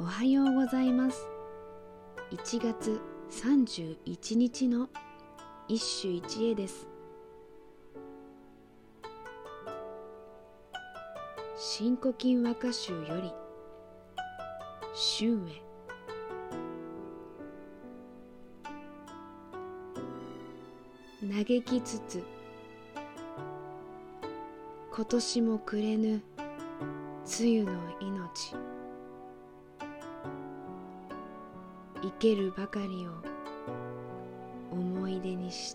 はようございます。1月31日の一首一会です。新古今和歌集より春へ。嘆きつつ今年も暮れぬ梅雨の命、生けるばかりを思い出にして。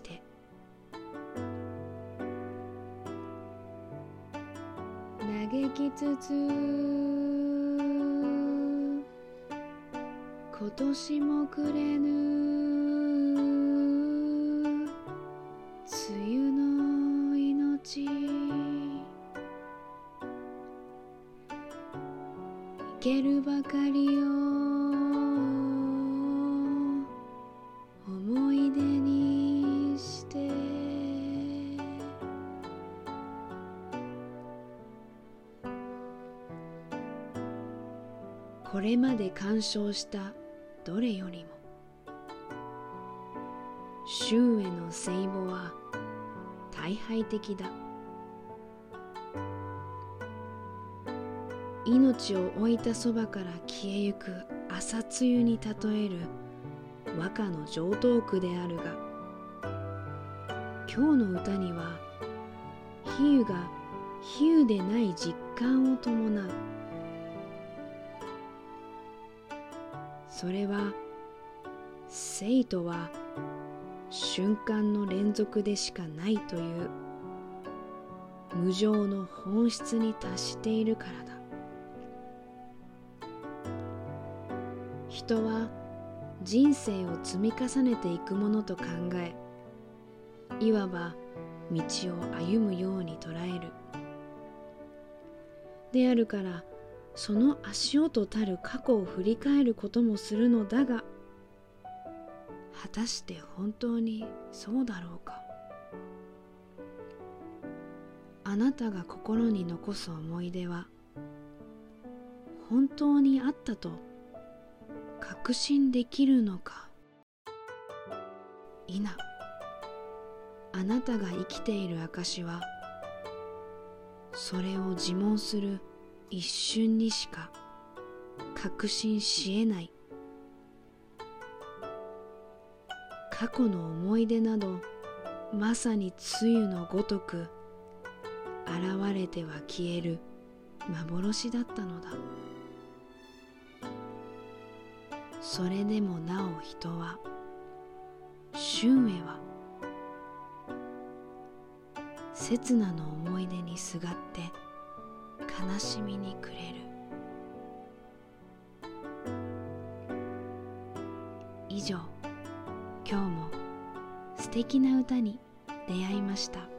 嘆きつつ今年も暮れぬ梅雨の命、生けるばかりを思い出にして。これまで鑑賞したどれよりも春への聖母は大敗的だ。命を置いたそばから消えゆく朝露に例える和歌の常套句であるが、今日の歌には比喩が比喩でない実感を伴う。それは生とは瞬間の連続でしかないという無常の本質に達しているからだ。人は人生を積み重ねていくものと考え、いわば道を歩むように捉える。であるから、その足音たる過去を振り返ることもするのだが、果たして本当にそうだろうか。あなたが心に残す思い出は本当にあったと確信できるのか否。あなたが生きている証はそれを自問する一瞬にしか確信しえない。過去の思い出などまさに梅雨のごとく現れては消える幻だったのだ。それでもなお人は春へは刹那の思い出にすがって悲しみに暮れる。以上、今日も素敵な歌に出会いました。